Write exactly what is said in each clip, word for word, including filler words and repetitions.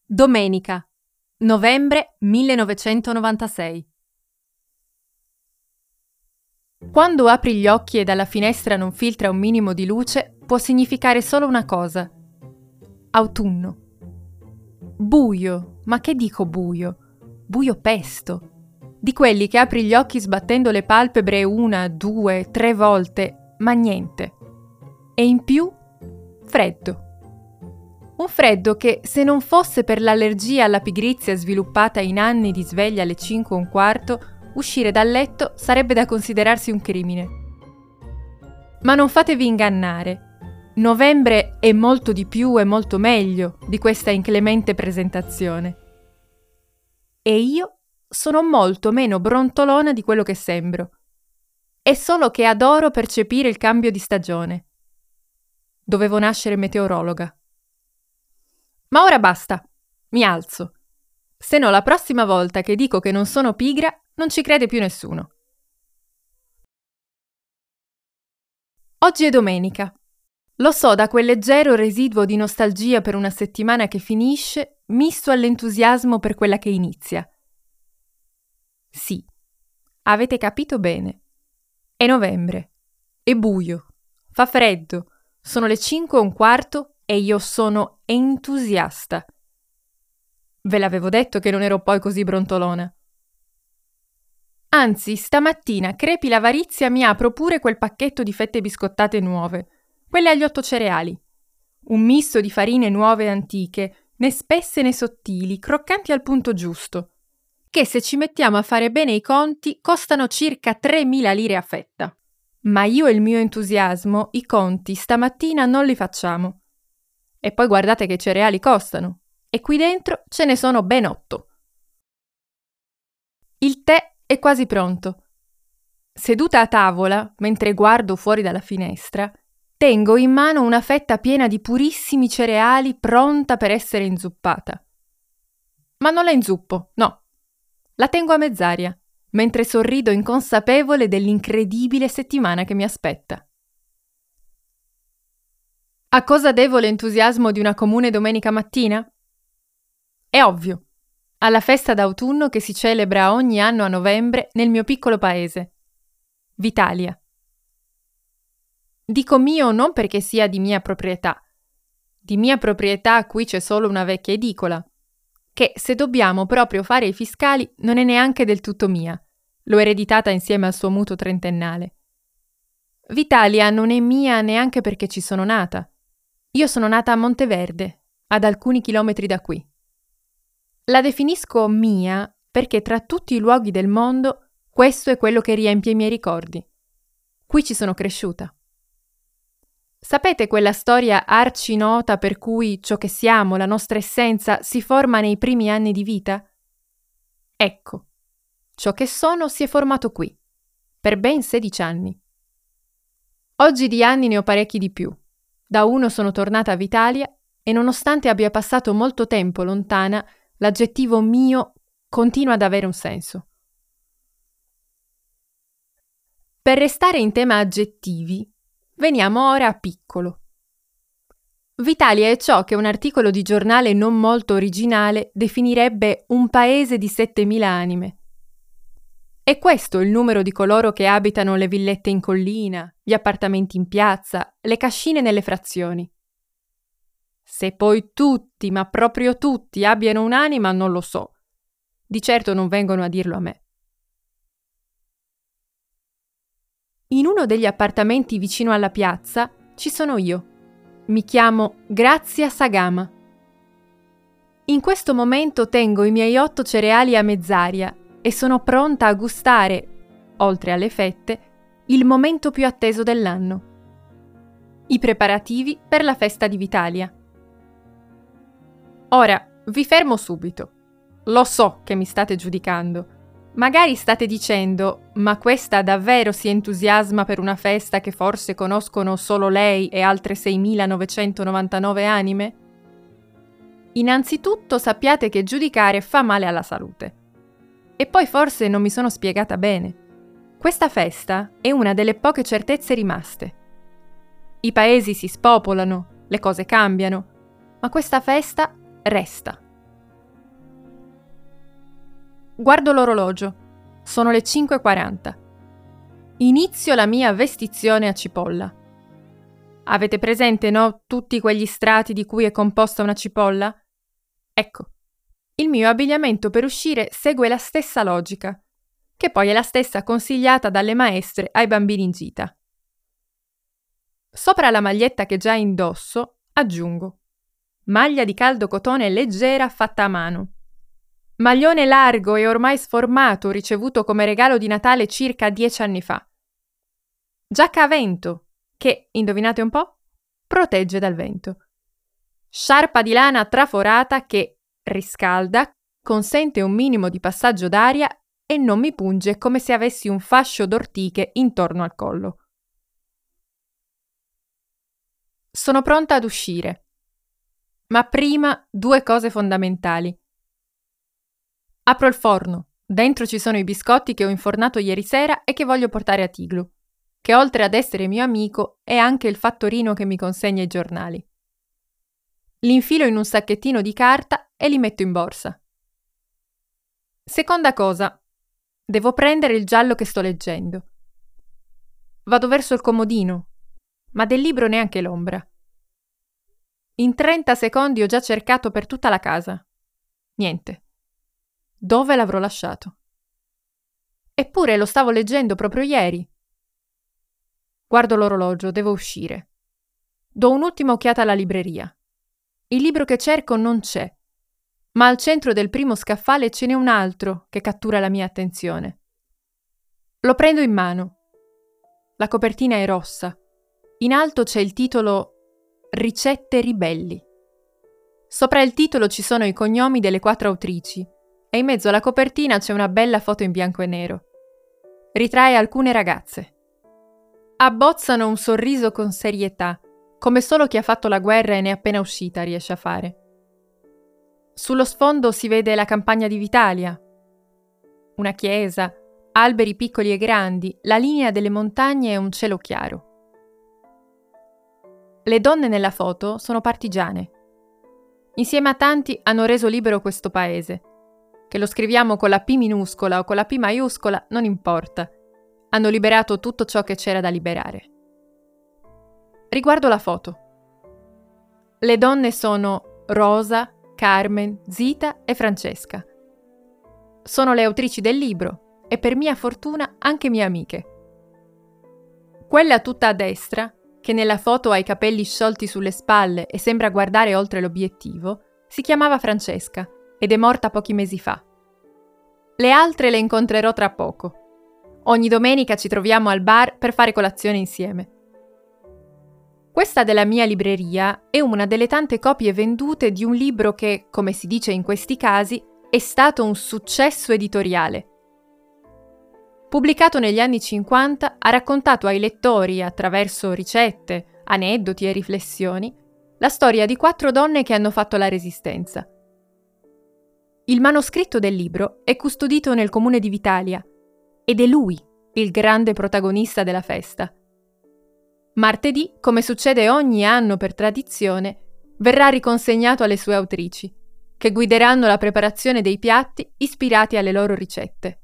Domenica, novembre millenovecentonovantasei. Quando apri gli occhi e dalla finestra non filtra un minimo di luce, può significare solo una cosa: autunno. Buio, ma che dico buio? Buio pesto. Di quelli che apri gli occhi sbattendo le palpebre una, due, tre volte, ma niente. E in più, freddo. Un freddo che, se non fosse per l'allergia alla pigrizia sviluppata in anni di sveglia alle cinque e un quarto, uscire dal letto sarebbe da considerarsi un crimine. Ma non fatevi ingannare. Novembre è molto di più e molto meglio di questa inclemente presentazione. E io sono molto meno brontolona di quello che sembro. È solo che adoro percepire il cambio di stagione. Dovevo nascere meteorologa. Ma ora basta, mi alzo. Se no, la prossima volta che dico che non sono pigra, non ci crede più nessuno. Oggi è domenica. Lo so da quel leggero residuo di nostalgia per una settimana che finisce, misto all'entusiasmo per quella che inizia. Sì, avete capito bene. È novembre. È buio. Fa freddo. Sono le cinque e un quarto e io sono entusiasta. Ve l'avevo detto che non ero poi così brontolona. Anzi, stamattina crepi l'avarizia mi apro pure quel pacchetto di fette biscottate nuove, quelle agli otto cereali. Un misto di farine nuove e antiche, né spesse né sottili, croccanti al punto giusto, che se ci mettiamo a fare bene i conti costano circa tremila lire a fetta. Ma io e il mio entusiasmo i conti stamattina non li facciamo. E poi guardate che cereali costano. E qui dentro ce ne sono ben otto. Il tè è quasi pronto. Seduta a tavola, mentre guardo fuori dalla finestra, tengo in mano una fetta piena di purissimi cereali pronta per essere inzuppata. Ma non la inzuppo, no. La tengo a mezz'aria, mentre sorrido inconsapevole dell'incredibile settimana che mi aspetta. A cosa devo l'entusiasmo di una comune domenica mattina? È ovvio, alla festa d'autunno che si celebra ogni anno a novembre nel mio piccolo paese, Vitalia. Dico mio non perché sia di mia proprietà. Di mia proprietà qui c'è solo una vecchia edicola, che se dobbiamo proprio fare i fiscali non è neanche del tutto mia. L'ho ereditata insieme al suo mutuo trentennale. Vitalia non è mia neanche perché ci sono nata. Io sono nata a Monteverde, ad alcuni chilometri da qui. La definisco mia perché tra tutti i luoghi del mondo questo è quello che riempie i miei ricordi. Qui ci sono cresciuta. Sapete quella storia arci nota per cui ciò che siamo, la nostra essenza, si forma nei primi anni di vita? Ecco, ciò che sono si è formato qui, per ben sedici anni. Oggi di anni ne ho parecchi di più. Da uno sono tornata a Vitalia e nonostante abbia passato molto tempo lontana, l'aggettivo mio continua ad avere un senso. Per restare in tema aggettivi, veniamo ora a piccolo. Vitalia è ciò che un articolo di giornale non molto originale definirebbe un paese di settemila anime. È questo il numero di coloro che abitano le villette in collina, gli appartamenti in piazza, le cascine nelle frazioni. Se poi tutti, ma proprio tutti, abbiano un'anima, non lo so. Di certo non vengono a dirlo a me. In uno degli appartamenti vicino alla piazza ci sono io. Mi chiamo Grazia Sagama. In questo momento tengo i miei otto cereali a mezz'aria e sono pronta a gustare, oltre alle fette, il momento più atteso dell'anno. I preparativi per la festa di Vitalia. Ora, vi fermo subito. Lo so che mi state giudicando. Magari state dicendo, ma questa davvero si entusiasma per una festa che forse conoscono solo lei e altre seimilanovecentonovantanove anime? Innanzitutto sappiate che giudicare fa male alla salute. E poi forse non mi sono spiegata bene. Questa festa è una delle poche certezze rimaste. I paesi si spopolano, le cose cambiano, ma questa festa resta. Guardo l'orologio. Sono le cinque e quaranta. Inizio la mia vestizione a cipolla. Avete presente, no, tutti quegli strati di cui è composta una cipolla? Ecco, il mio abbigliamento per uscire segue la stessa logica, che poi è la stessa consigliata dalle maestre ai bambini in gita. Sopra la maglietta che già indosso, aggiungo maglia di caldo cotone leggera fatta a mano. Maglione largo e ormai sformato ricevuto come regalo di Natale circa dieci anni fa. Giacca a vento, che, indovinate un po', protegge dal vento. Sciarpa di lana traforata che riscalda, consente un minimo di passaggio d'aria e non mi punge come se avessi un fascio d'ortiche intorno al collo. Sono pronta ad uscire. Ma prima due cose fondamentali. Apro il forno. Dentro ci sono i biscotti che ho infornato ieri sera e che voglio portare a Tiglu, che oltre ad essere mio amico è anche il fattorino che mi consegna i giornali. Li infilo in un sacchettino di carta e li metto in borsa. Seconda cosa. Devo prendere il giallo che sto leggendo. Vado verso il comodino, ma del libro neanche l'ombra. In trenta secondi ho già cercato per tutta la casa. Niente. Dove l'avrò lasciato? Eppure lo stavo leggendo proprio ieri. Guardo l'orologio, devo uscire. Do un'ultima occhiata alla libreria. Il libro che cerco non c'è, ma al centro del primo scaffale ce n'è un altro che cattura la mia attenzione. Lo prendo in mano. La copertina è rossa. In alto c'è il titolo Ricette ribelli. Sopra il titolo ci sono i cognomi delle quattro autrici e in mezzo alla copertina c'è una bella foto in bianco e nero. Ritrae alcune ragazze. Abbozzano un sorriso con serietà, come solo chi ha fatto la guerra e ne è appena uscita riesce a fare. Sullo sfondo si vede la campagna di Vitalia, una chiesa, alberi piccoli e grandi, la linea delle montagne e un cielo chiaro. Le donne nella foto sono partigiane. Insieme a tanti hanno reso libero questo paese. Che lo scriviamo con la P minuscola o con la P maiuscola non importa. Hanno liberato tutto ciò che c'era da liberare. Riguardo la foto. Le donne sono Rosa, Carmen, Zita e Francesca. Sono le autrici del libro e per mia fortuna anche mie amiche. Quella tutta a destra, che nella foto ha i capelli sciolti sulle spalle e sembra guardare oltre l'obiettivo, si chiamava Francesca ed è morta pochi mesi fa. Le altre le incontrerò tra poco. Ogni domenica ci troviamo al bar per fare colazione insieme. Questa della mia libreria è una delle tante copie vendute di un libro che, come si dice in questi casi, è stato un successo editoriale. Pubblicato negli anni cinquanta, ha raccontato ai lettori, attraverso ricette, aneddoti e riflessioni, la storia di quattro donne che hanno fatto la Resistenza. Il manoscritto del libro è custodito nel comune di Vitalia ed è lui il grande protagonista della festa. Martedì, come succede ogni anno per tradizione, verrà riconsegnato alle sue autrici, che guideranno la preparazione dei piatti ispirati alle loro ricette.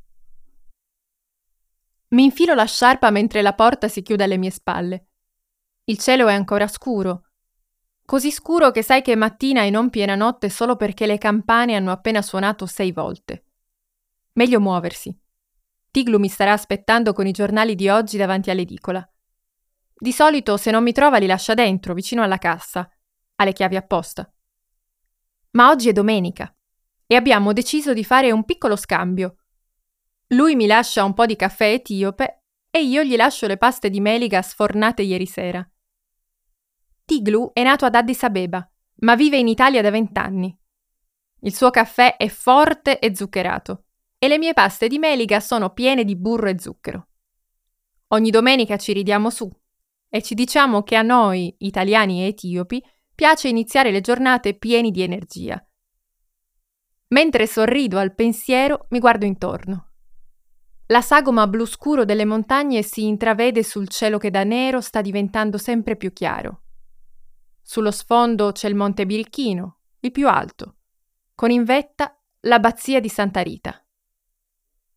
Mi infilo la sciarpa mentre la porta si chiude alle mie spalle. Il cielo è ancora scuro, così scuro che sai che è mattina e non piena notte solo perché le campane hanno appena suonato sei volte. Meglio muoversi. Tiglu mi starà aspettando con i giornali di oggi davanti all'edicola. Di solito, se non mi trova, li lascia dentro, vicino alla cassa, ha le chiavi apposta. Ma oggi è domenica e abbiamo deciso di fare un piccolo scambio. Lui mi lascia un po' di caffè etiope e io gli lascio le paste di meliga sfornate ieri sera. Tiglu è nato ad Addis Abeba, ma vive in Italia da vent'anni. Il suo caffè è forte e zuccherato e le mie paste di meliga sono piene di burro e zucchero. Ogni domenica ci ridiamo su e ci diciamo che a noi, italiani e etiopi, piace iniziare le giornate pieni di energia. Mentre sorrido al pensiero, mi guardo intorno. La sagoma blu scuro delle montagne si intravede sul cielo che da nero sta diventando sempre più chiaro. Sullo sfondo c'è il Monte Birichino, il più alto, con in vetta l'abbazia di Santa Rita.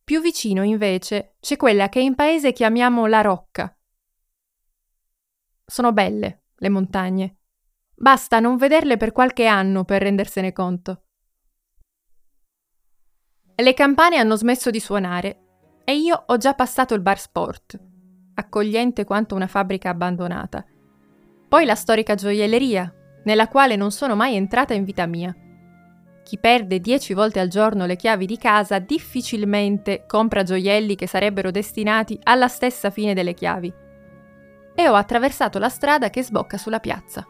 Più vicino, invece, c'è quella che in paese chiamiamo la Rocca. Sono belle, le montagne. Basta non vederle per qualche anno per rendersene conto. Le campane hanno smesso di suonare e io ho già passato il bar sport, accogliente quanto una fabbrica abbandonata. Poi la storica gioielleria, nella quale non sono mai entrata in vita mia. Chi perde dieci volte al giorno le chiavi di casa difficilmente compra gioielli che sarebbero destinati alla stessa fine delle chiavi. E ho attraversato la strada che sbocca sulla piazza.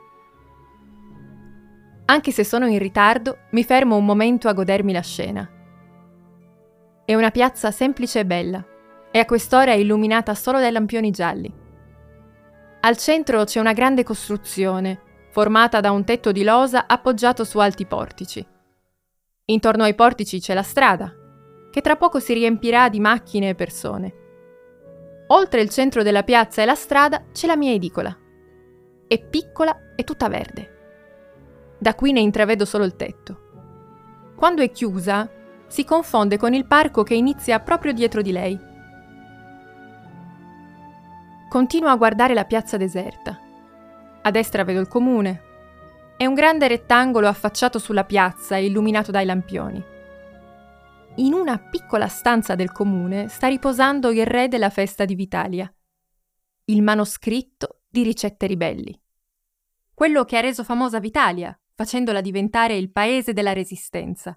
Anche se sono in ritardo, mi fermo un momento a godermi la scena. È una piazza semplice e bella, e a quest'ora è illuminata solo dai lampioni gialli. Al centro c'è una grande costruzione, formata da un tetto di losa appoggiato su alti portici. Intorno ai portici c'è la strada, che tra poco si riempirà di macchine e persone. Oltre il centro della piazza e la strada c'è la mia edicola. È piccola e tutta verde. Da qui ne intravedo solo il tetto. Quando è chiusa, si confonde con il parco che inizia proprio dietro di lei. Continuo a guardare la piazza deserta. A destra vedo il comune. È un grande rettangolo affacciato sulla piazza e illuminato dai lampioni. In una piccola stanza del comune sta riposando il re della festa di Vitalia, il manoscritto di Ricette Ribelli. Quello che ha reso famosa Vitalia, facendola diventare il paese della resistenza.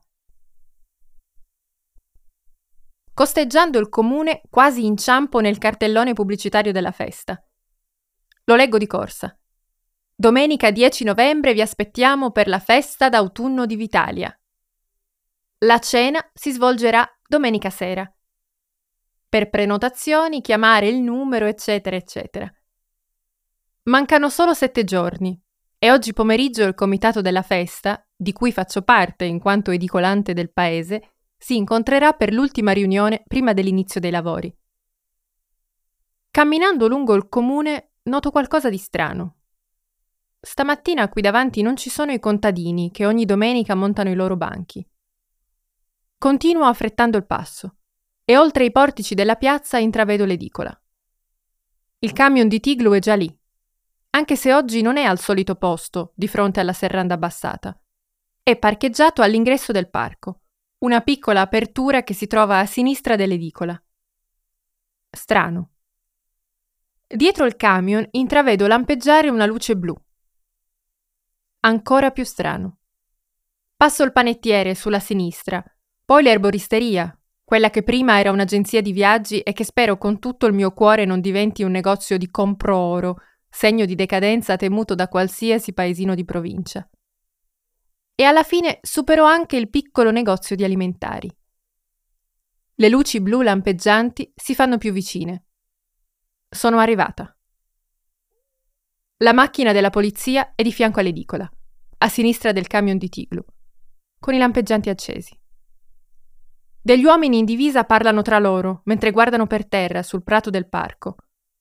Costeggiando il comune, quasi inciampo nel cartellone pubblicitario della festa. Lo leggo di corsa. Domenica dieci novembre vi aspettiamo per la festa d'autunno di Vitalia. La cena si svolgerà domenica sera. Per prenotazioni chiamare il numero eccetera eccetera. Mancano solo sette giorni e oggi pomeriggio il comitato della festa, di cui faccio parte in quanto edicolante del paese, si incontrerà per l'ultima riunione prima dell'inizio dei lavori. Camminando lungo il comune noto qualcosa di strano. Stamattina qui davanti non ci sono i contadini che ogni domenica montano i loro banchi. Continuo affrettando il passo e oltre i portici della piazza intravedo l'edicola. Il camion di Tiglu è già lì, anche se oggi non è al solito posto di fronte alla serranda abbassata. È parcheggiato all'ingresso del parco, una piccola apertura che si trova a sinistra dell'edicola. Strano. Dietro il camion intravedo lampeggiare una luce blu. Ancora più strano. Passo il panettiere sulla sinistra, poi l'erboristeria, quella che prima era un'agenzia di viaggi e che spero con tutto il mio cuore non diventi un negozio di compro oro, segno di decadenza temuto da qualsiasi paesino di provincia. E alla fine supero anche il piccolo negozio di alimentari. Le luci blu lampeggianti si fanno più vicine. Sono arrivata. La macchina della polizia è di fianco all'edicola, a sinistra del camion di Tiglu, con i lampeggianti accesi. Degli uomini in divisa parlano tra loro mentre guardano per terra sul prato del parco.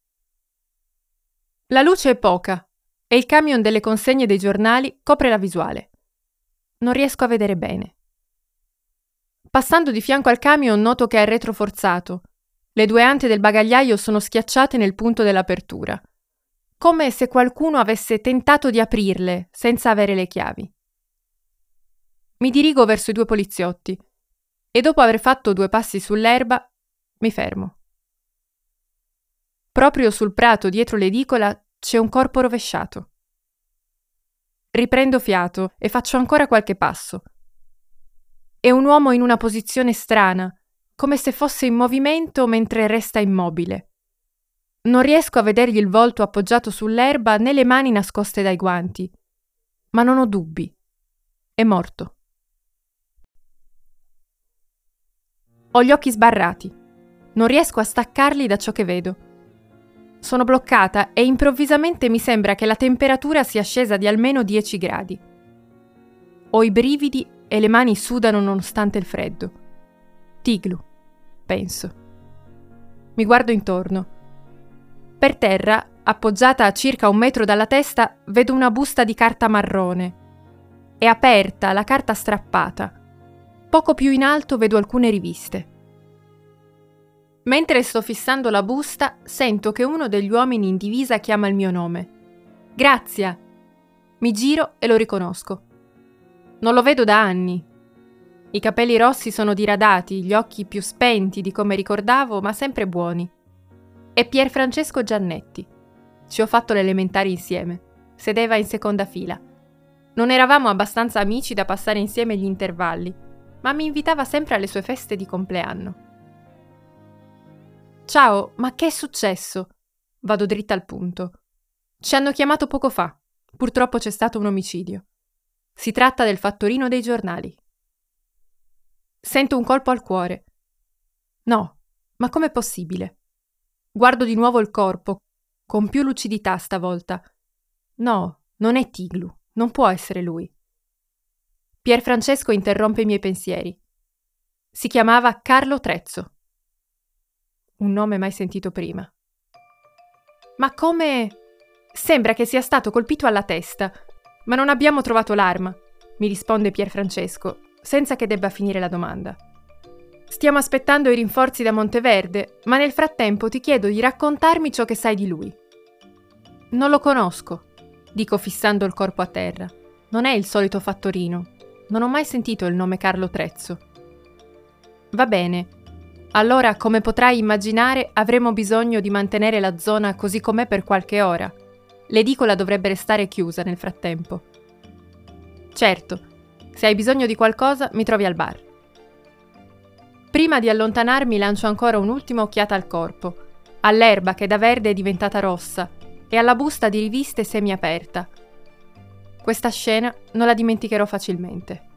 La luce è poca e il camion delle consegne dei giornali copre la visuale. Non riesco a vedere bene. Passando di fianco al camion noto che è retroforzato. Le due ante del bagagliaio sono schiacciate nel punto dell'apertura, come se qualcuno avesse tentato di aprirle senza avere le chiavi. Mi dirigo verso i due poliziotti e dopo aver fatto due passi sull'erba mi fermo. Proprio sul prato dietro l'edicola c'è un corpo rovesciato. Riprendo fiato e faccio ancora qualche passo. È un uomo in una posizione strana, come se fosse in movimento mentre resta immobile. Non riesco a vedergli il volto appoggiato sull'erba né le mani nascoste dai guanti, ma non ho dubbi. È morto. Ho gli occhi sbarrati. Non riesco a staccarli da ciò che vedo. Sono bloccata e improvvisamente mi sembra che la temperatura sia scesa di almeno dieci gradi. Ho i brividi e le mani sudano nonostante il freddo. Tiglu, penso. Mi guardo intorno. Per terra, appoggiata a circa un metro dalla testa, vedo una busta di carta marrone. È aperta, la carta strappata. Poco più in alto vedo alcune riviste. Mentre sto fissando la busta, sento che uno degli uomini in divisa chiama il mio nome. Grazia! Mi giro e lo riconosco. Non lo vedo da anni. I capelli rossi sono diradati, gli occhi più spenti di come ricordavo, ma sempre buoni. È Pierfrancesco Giannetti. Ci ho fatto le elementari insieme. Sedeva in seconda fila. Non eravamo abbastanza amici da passare insieme gli intervalli, ma mi invitava sempre alle sue feste di compleanno. Ciao, ma che è successo? Vado dritta al punto. Ci hanno chiamato poco fa. Purtroppo c'è stato un omicidio. Si tratta del fattorino dei giornali. Sento un colpo al cuore. No, ma com'è possibile? Guardo di nuovo il corpo, con più lucidità stavolta. No, non è Tiglu, non può essere lui. Pierfrancesco interrompe i miei pensieri. Si chiamava Carlo Trezzo. Un nome mai sentito prima. Ma come... Sembra che sia stato colpito alla testa, ma non abbiamo trovato l'arma, mi risponde Pierfrancesco, senza che debba finire la domanda. Stiamo aspettando i rinforzi da Monteverde, ma nel frattempo ti chiedo di raccontarmi ciò che sai di lui. Non lo conosco, dico fissando il corpo a terra. Non è il solito fattorino. Non ho mai sentito il nome Carlo Trezzo. Va bene. Allora, come potrai immaginare, avremo bisogno di mantenere la zona così com'è per qualche ora. L'edicola dovrebbe restare chiusa nel frattempo. Certo, se hai bisogno di qualcosa, mi trovi al bar. Prima di allontanarmi lancio ancora un'ultima occhiata al corpo, all'erba che da verde è diventata rossa e alla busta di riviste semiaperta. Questa scena non la dimenticherò facilmente.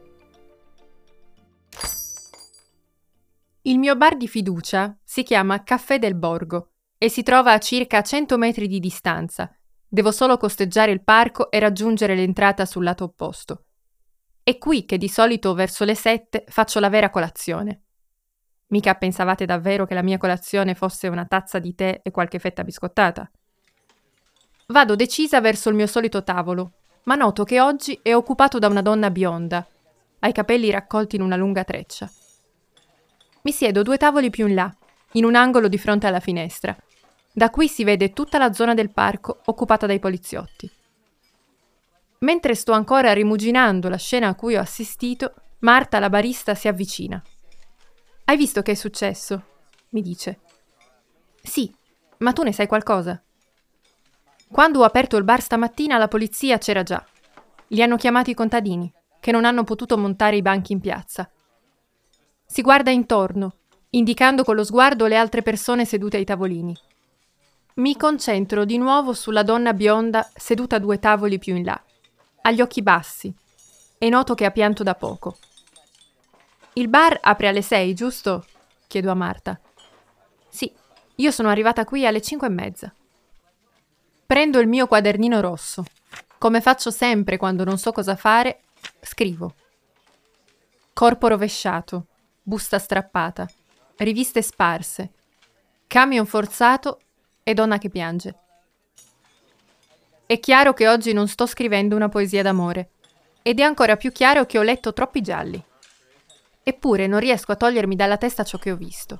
Il mio bar di fiducia si chiama Caffè del Borgo e si trova a circa cento metri di distanza. Devo solo costeggiare il parco e raggiungere l'entrata sul lato opposto. È qui che di solito verso le sette faccio la vera colazione. Mica pensavate davvero che la mia colazione fosse una tazza di tè e qualche fetta biscottata? Vado decisa verso il mio solito tavolo, ma noto che oggi è occupato da una donna bionda, ha i capelli raccolti in una lunga treccia. Mi siedo due tavoli più in là, in un angolo di fronte alla finestra. Da qui si vede tutta la zona del parco occupata dai poliziotti. Mentre sto ancora rimuginando la scena a cui ho assistito, Marta, la barista, si avvicina. «Hai visto che è successo?» mi dice. «Sì, ma tu ne sai qualcosa?» «Quando ho aperto il bar stamattina la polizia c'era già. Li hanno chiamati i contadini, che non hanno potuto montare i banchi in piazza. Si guarda intorno, indicando con lo sguardo le altre persone sedute ai tavolini. Mi concentro di nuovo sulla donna bionda seduta a due tavoli più in là. Ha gli occhi bassi e noto che ha pianto da poco. Il bar apre alle sei, giusto? Chiedo a Marta. Sì, io sono arrivata qui alle cinque e mezza. Prendo il mio quadernino rosso. Come faccio sempre quando non so cosa fare, scrivo. Corpo rovesciato, busta strappata, riviste sparse, camion forzato e donna che piange. È chiaro che oggi non sto scrivendo una poesia d'amore, ed è ancora più chiaro che ho letto troppi gialli. Eppure non riesco a togliermi dalla testa ciò che ho visto.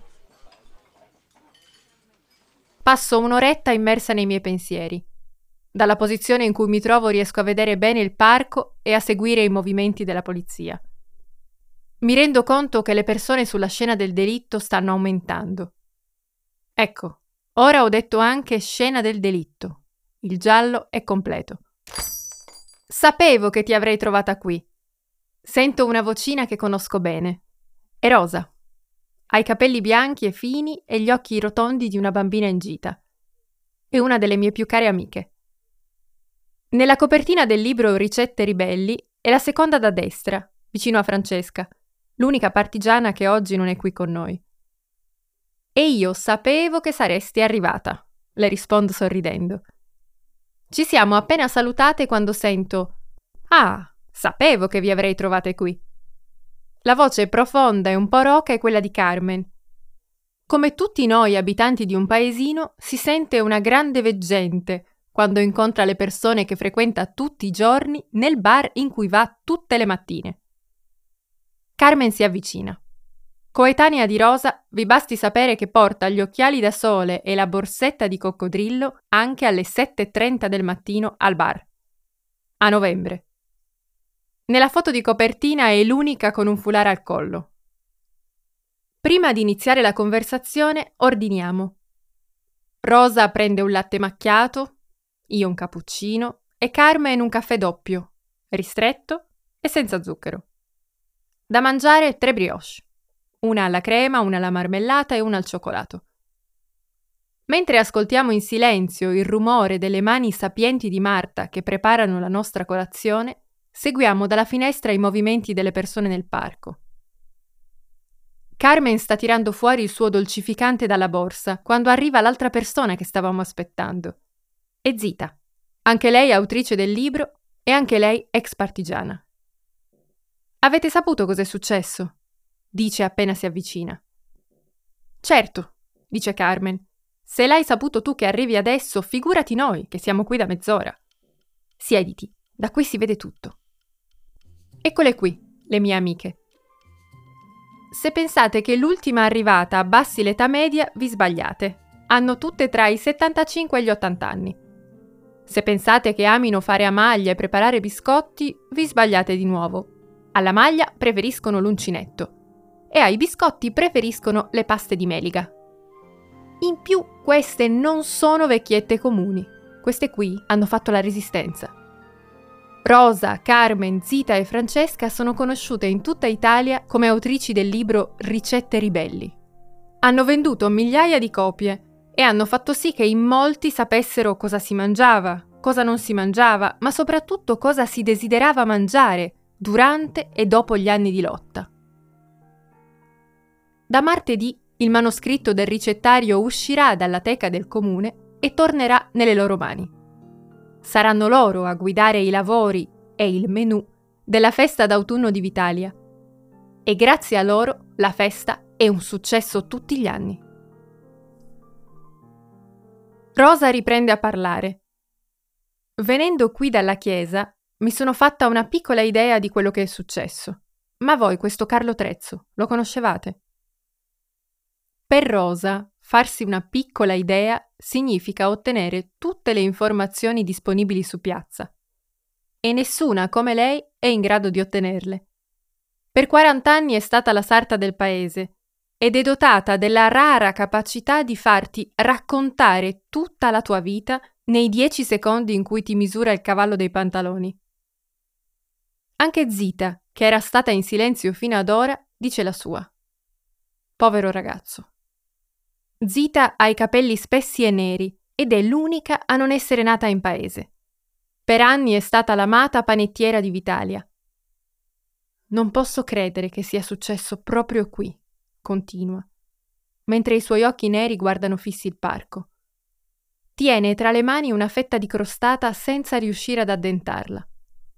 Passo un'oretta immersa nei miei pensieri. Dalla posizione in cui mi trovo riesco a vedere bene il parco e a seguire i movimenti della polizia. Mi rendo conto che le persone sulla scena del delitto stanno aumentando. Ecco, ora ho detto anche scena del delitto. Il giallo è completo. Sapevo che ti avrei trovata qui. Sento una vocina che conosco bene. È Rosa. Ha i capelli bianchi e fini e gli occhi rotondi di una bambina in gita. È una delle mie più care amiche. Nella copertina del libro Ricette ribelli è la seconda da destra, vicino a Francesca, l'unica partigiana che oggi non è qui con noi. E io sapevo che saresti arrivata, le rispondo sorridendo. Ci siamo appena salutate quando sento «Ah, sapevo che vi avrei trovate qui». La voce profonda e un po' roca è quella di Carmen. Come tutti noi abitanti di un paesino, si sente una grande veggente quando incontra le persone che frequenta tutti i giorni nel bar in cui va tutte le mattine. Carmen si avvicina. Coetanea di Rosa, vi basti sapere che porta gli occhiali da sole e la borsetta di coccodrillo anche alle sette e trenta del mattino al bar. A novembre. Nella foto di copertina è l'unica con un foulard al collo. Prima di iniziare la conversazione, ordiniamo. Rosa prende un latte macchiato, io un cappuccino e Carmen un caffè doppio, ristretto e senza zucchero. Da mangiare tre brioche. Una alla crema, una alla marmellata e una al cioccolato. Mentre ascoltiamo in silenzio il rumore delle mani sapienti di Marta che preparano la nostra colazione, seguiamo dalla finestra i movimenti delle persone nel parco. Carmen sta tirando fuori il suo dolcificante dalla borsa quando arriva l'altra persona che stavamo aspettando. È Zita, anche lei autrice del libro e anche lei ex partigiana. Avete saputo cos'è successo? Dice appena si avvicina. Certo, dice Carmen. Se l'hai saputo tu che arrivi adesso, figurati noi, che siamo qui da mezz'ora. Siediti, da qui si vede tutto. Eccole qui, le mie amiche. Se pensate che l'ultima arrivata abbassi l'età media, vi sbagliate. Hanno tutte tra i settantacinque e gli ottanta anni. Se pensate che amino fare a maglia e preparare biscotti, vi sbagliate di nuovo. Alla maglia preferiscono l'uncinetto. E ai biscotti preferiscono le paste di meliga. In più, queste non sono vecchiette comuni. Queste qui hanno fatto la resistenza. Rosa, Carmen, Zita e Francesca sono conosciute in tutta Italia come autrici del libro Ricette ribelli. Hanno venduto migliaia di copie e hanno fatto sì che in molti sapessero cosa si mangiava, cosa non si mangiava, ma soprattutto cosa si desiderava mangiare durante e dopo gli anni di lotta. Da martedì il manoscritto del ricettario uscirà dalla teca del comune e tornerà nelle loro mani. Saranno loro a guidare i lavori e il menù della festa d'autunno di Vitalia. E grazie a loro la festa è un successo tutti gli anni. Rosa riprende a parlare. Venendo qui dalla chiesa, mi sono fatta una piccola idea di quello che è successo. Ma voi questo Carlo Trezzo lo conoscevate? Per Rosa, farsi una piccola idea significa ottenere tutte le informazioni disponibili su piazza. E nessuna come lei è in grado di ottenerle. Per quarant'anni è stata la sarta del paese ed è dotata della rara capacità di farti raccontare tutta la tua vita nei dieci secondi in cui ti misura il cavallo dei pantaloni. Anche Zita, che era stata in silenzio fino ad ora, dice la sua. Povero ragazzo. Zita ha i capelli spessi e neri ed è l'unica a non essere nata in paese. Per anni è stata l'amata panettiera di Vitalia. Non posso credere che sia successo proprio qui, continua, mentre i suoi occhi neri guardano fissi il parco. Tiene tra le mani una fetta di crostata senza riuscire ad addentarla.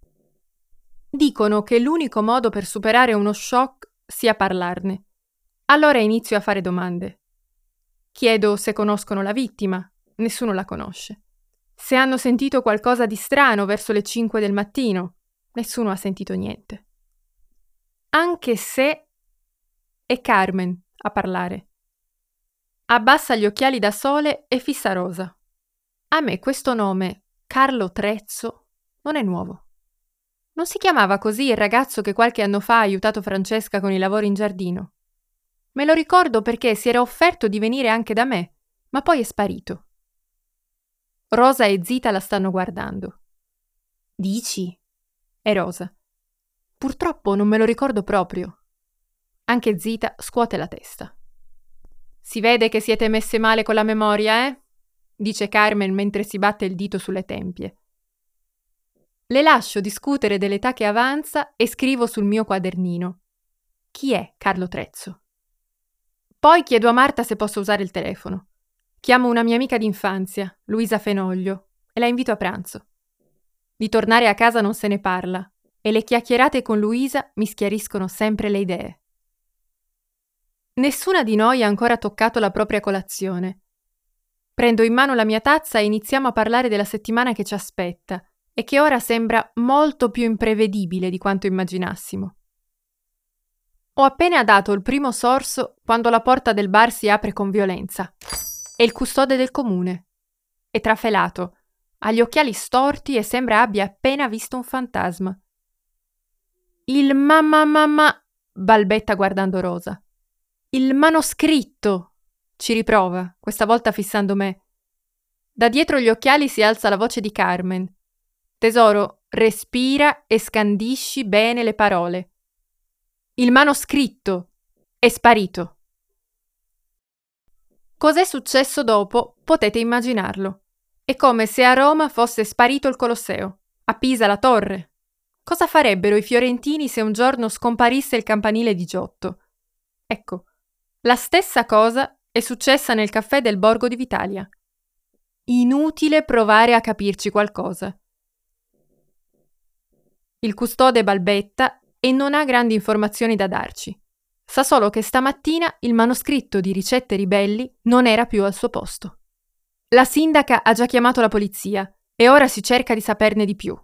Dicono che l'unico modo per superare uno shock sia parlarne. Allora inizio a fare domande. Chiedo se conoscono la vittima, nessuno la conosce. Se hanno sentito qualcosa di strano verso le cinque del mattino, nessuno ha sentito niente. Anche se è Carmen a parlare. Abbassa gli occhiali da sole e fissa Rosa. A me questo nome, Carlo Trezzo, non è nuovo. Non si chiamava così il ragazzo che qualche anno fa ha aiutato Francesca con i lavori in giardino? Me lo ricordo perché si era offerto di venire anche da me, ma poi è sparito. Rosa e Zita la stanno guardando. Dici? È Rosa. Purtroppo non me lo ricordo proprio. Anche Zita scuote la testa. Si vede che siete messe male con la memoria, eh? Dice Carmen mentre si batte il dito sulle tempie. Le lascio discutere dell'età che avanza e scrivo sul mio quadernino. Chi è Carlo Trezzo? Poi chiedo a Marta se posso usare il telefono. Chiamo una mia amica d'infanzia, Luisa Fenoglio, e la invito a pranzo. Di tornare a casa non se ne parla, e le chiacchierate con Luisa mi schiariscono sempre le idee. Nessuna di noi ha ancora toccato la propria colazione. Prendo in mano la mia tazza e iniziamo a parlare della settimana che ci aspetta e che ora sembra molto più imprevedibile di quanto immaginassimo. Ho appena dato il primo sorso quando la porta del bar si apre con violenza. È il custode del comune. È trafelato, ha gli occhiali storti e sembra abbia appena visto un fantasma. Il mamma mamma, balbetta guardando Rosa. Il manoscritto, ci riprova, questa volta fissando me. Da dietro gli occhiali si alza la voce di Carmen. Tesoro, respira e scandisci bene le parole. Il manoscritto è sparito. Cos'è successo dopo potete immaginarlo. È come se a Roma fosse sparito il Colosseo, a Pisa la torre. Cosa farebbero i fiorentini se un giorno scomparisse il campanile di Giotto? Ecco, la stessa cosa è successa nel caffè del Borgo di Vitalia. Inutile provare a capirci qualcosa. Il custode balbetta e non ha grandi informazioni da darci. Sa solo che stamattina il manoscritto di Ricette ribelli non era più al suo posto. La sindaca ha già chiamato la polizia e ora si cerca di saperne di più.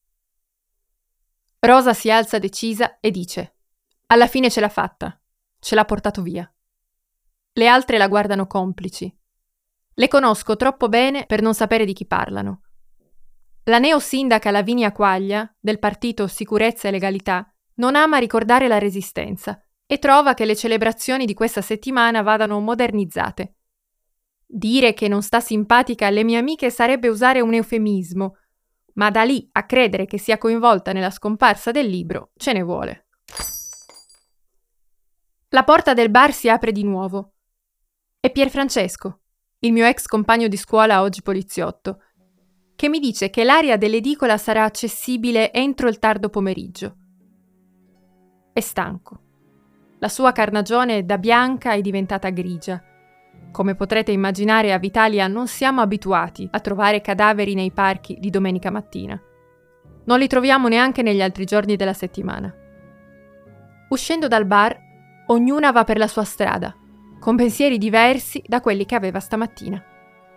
Rosa si alza decisa e dice: alla fine ce l'ha fatta, ce l'ha portato via. Le altre la guardano complici. Le conosco troppo bene per non sapere di chi parlano. La neosindaca Lavinia Quaglia, del partito Sicurezza e Legalità, non ama ricordare la Resistenza e trova che le celebrazioni di questa settimana vadano modernizzate. Dire che non sta simpatica alle mie amiche sarebbe usare un eufemismo, ma da lì a credere che sia coinvolta nella scomparsa del libro ce ne vuole. La porta del bar si apre di nuovo. È Pierfrancesco, il mio ex compagno di scuola oggi poliziotto, che mi dice che l'area dell'edicola sarà accessibile entro il tardo pomeriggio. È stanco. La sua carnagione da bianca è diventata grigia. Come potrete immaginare, a Vitalia non siamo abituati a trovare cadaveri nei parchi di domenica mattina. Non li troviamo neanche negli altri giorni della settimana. Uscendo dal bar, ognuna va per la sua strada, con pensieri diversi da quelli che aveva stamattina.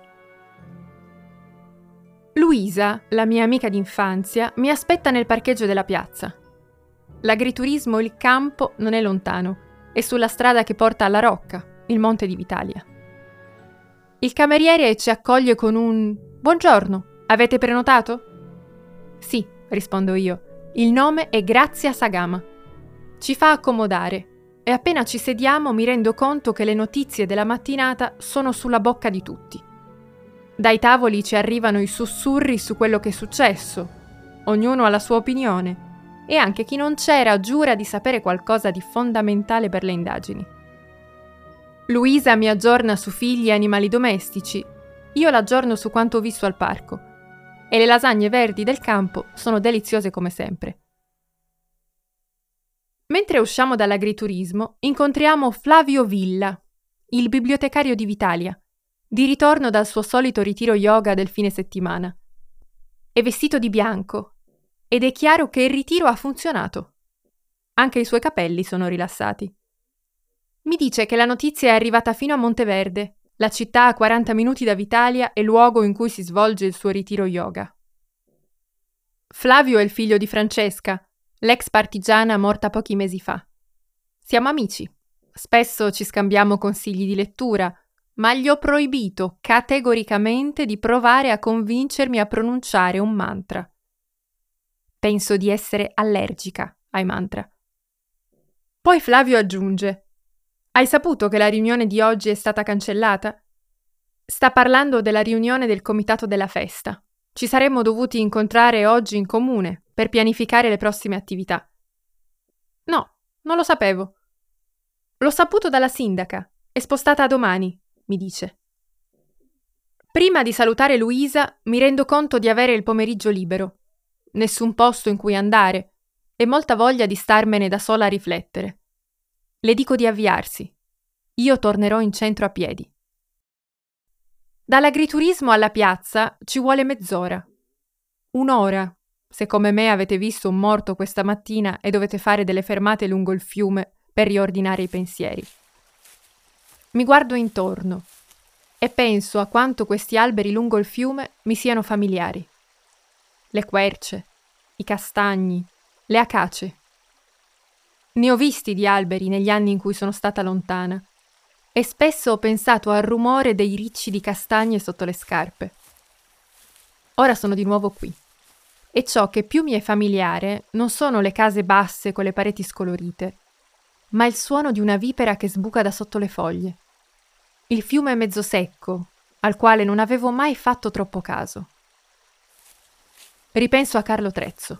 Luisa, la mia amica d'infanzia, mi aspetta nel parcheggio della piazza. L'agriturismo Il Campo non è lontano, è sulla strada che porta alla Rocca, il monte di Vitalia. Il cameriere ci accoglie con un «Buongiorno, avete prenotato?» «Sì», rispondo io, «il nome è Grazia Sagama». Ci fa accomodare e appena ci sediamo mi rendo conto che le notizie della mattinata sono sulla bocca di tutti. Dai tavoli ci arrivano i sussurri su quello che è successo. Ognuno ha la sua opinione e anche chi non c'era giura di sapere qualcosa di fondamentale per le indagini. Luisa mi aggiorna su figli e animali domestici, io l'aggiorno su quanto ho visto al parco e le lasagne verdi del campo sono deliziose come sempre. Mentre usciamo dall'agriturismo incontriamo Flavio Villa, il bibliotecario di Vitalia, di ritorno dal suo solito ritiro yoga del fine settimana. È vestito di bianco ed è chiaro che il ritiro ha funzionato. Anche i suoi capelli sono rilassati. Mi dice che la notizia è arrivata fino a Monteverde, la città a quaranta minuti da Vitalia e luogo in cui si svolge il suo ritiro yoga. Flavio è il figlio di Francesca, l'ex partigiana morta pochi mesi fa. Siamo amici. Spesso ci scambiamo consigli di lettura, ma gli ho proibito categoricamente di provare a convincermi a pronunciare un mantra. Penso di essere allergica ai mantra. Poi Flavio aggiunge: «Hai saputo che la riunione di oggi è stata cancellata?» Sta parlando della riunione del comitato della festa. Ci saremmo dovuti incontrare oggi in comune per pianificare le prossime attività. No, non lo sapevo. L'ho saputo dalla sindaca. È spostata a domani, mi dice. Prima di salutare Luisa mi rendo conto di avere il pomeriggio libero. Nessun posto in cui andare e molta voglia di starmene da sola a riflettere. Le dico di avviarsi. Io tornerò in centro a piedi. Dall'agriturismo alla piazza ci vuole mezz'ora. Un'ora, se come me avete visto un morto questa mattina e dovete fare delle fermate lungo il fiume per riordinare i pensieri. Mi guardo intorno e penso a quanto questi alberi lungo il fiume mi siano familiari. Le querce, i castagni, le acace. Ne ho visti di alberi negli anni in cui sono stata lontana e spesso ho pensato al rumore dei ricci di castagne sotto le scarpe. Ora sono di nuovo qui e ciò che più mi è familiare non sono le case basse con le pareti scolorite, ma il suono di una vipera che sbuca da sotto le foglie. Il fiume mezzo secco, al quale non avevo mai fatto troppo caso. Ripenso a Carlo Trezzo.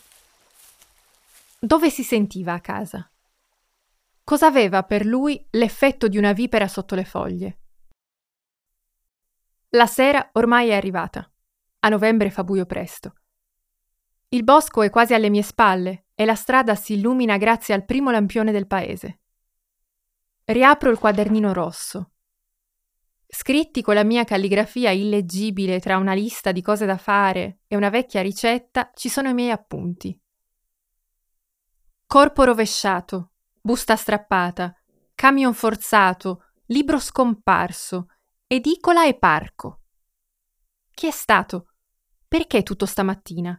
Dove si sentiva a casa? Cosa aveva per lui l'effetto di una vipera sotto le foglie? La sera ormai è arrivata. A novembre fa buio presto. Il bosco è quasi alle mie spalle e la strada si illumina grazie al primo lampione del paese. Riapro il quadernino rosso. Scritti con la mia calligrafia illeggibile tra una lista di cose da fare e una vecchia ricetta ci sono i miei appunti. Corpo rovesciato, busta strappata, camion forzato, libro scomparso, edicola e parco. Chi è stato? Perché tutto stamattina?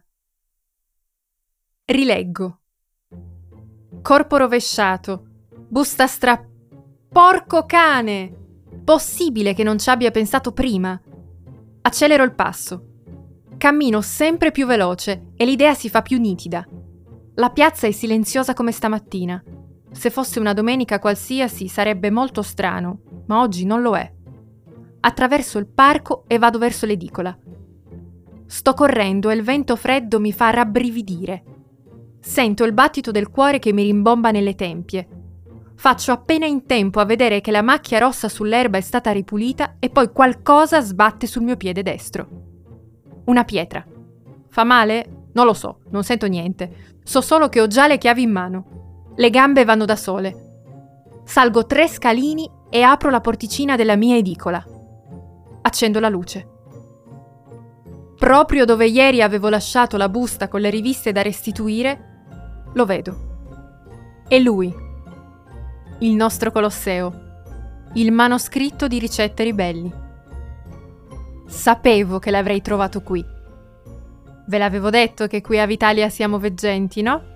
Rileggo. Corpo rovesciato, busta strappata. Porco cane! Possibile che non ci abbia pensato prima? Accelero il passo. Cammino sempre più veloce e l'idea si fa più nitida. La piazza è silenziosa come stamattina. Se fosse una domenica qualsiasi sarebbe molto strano, ma oggi non lo è. Attraverso il parco e vado verso l'edicola. Sto correndo e il vento freddo mi fa rabbrividire. Sento il battito del cuore che mi rimbomba nelle tempie. Faccio appena in tempo a vedere che la macchia rossa sull'erba è stata ripulita e poi qualcosa sbatte sul mio piede destro. Una pietra. Fa male? Non lo so, non sento niente. So solo che ho già le chiavi in mano. Le gambe vanno da sole. Salgo tre scalini e apro la porticina della mia edicola. Accendo la luce. Proprio dove ieri avevo lasciato la busta con le riviste da restituire, lo vedo. È lui. Il nostro Colosseo. Il manoscritto di Ricette Ribelli. Sapevo che l'avrei trovato qui. Ve l'avevo detto che qui a Vitalia siamo veggenti, no?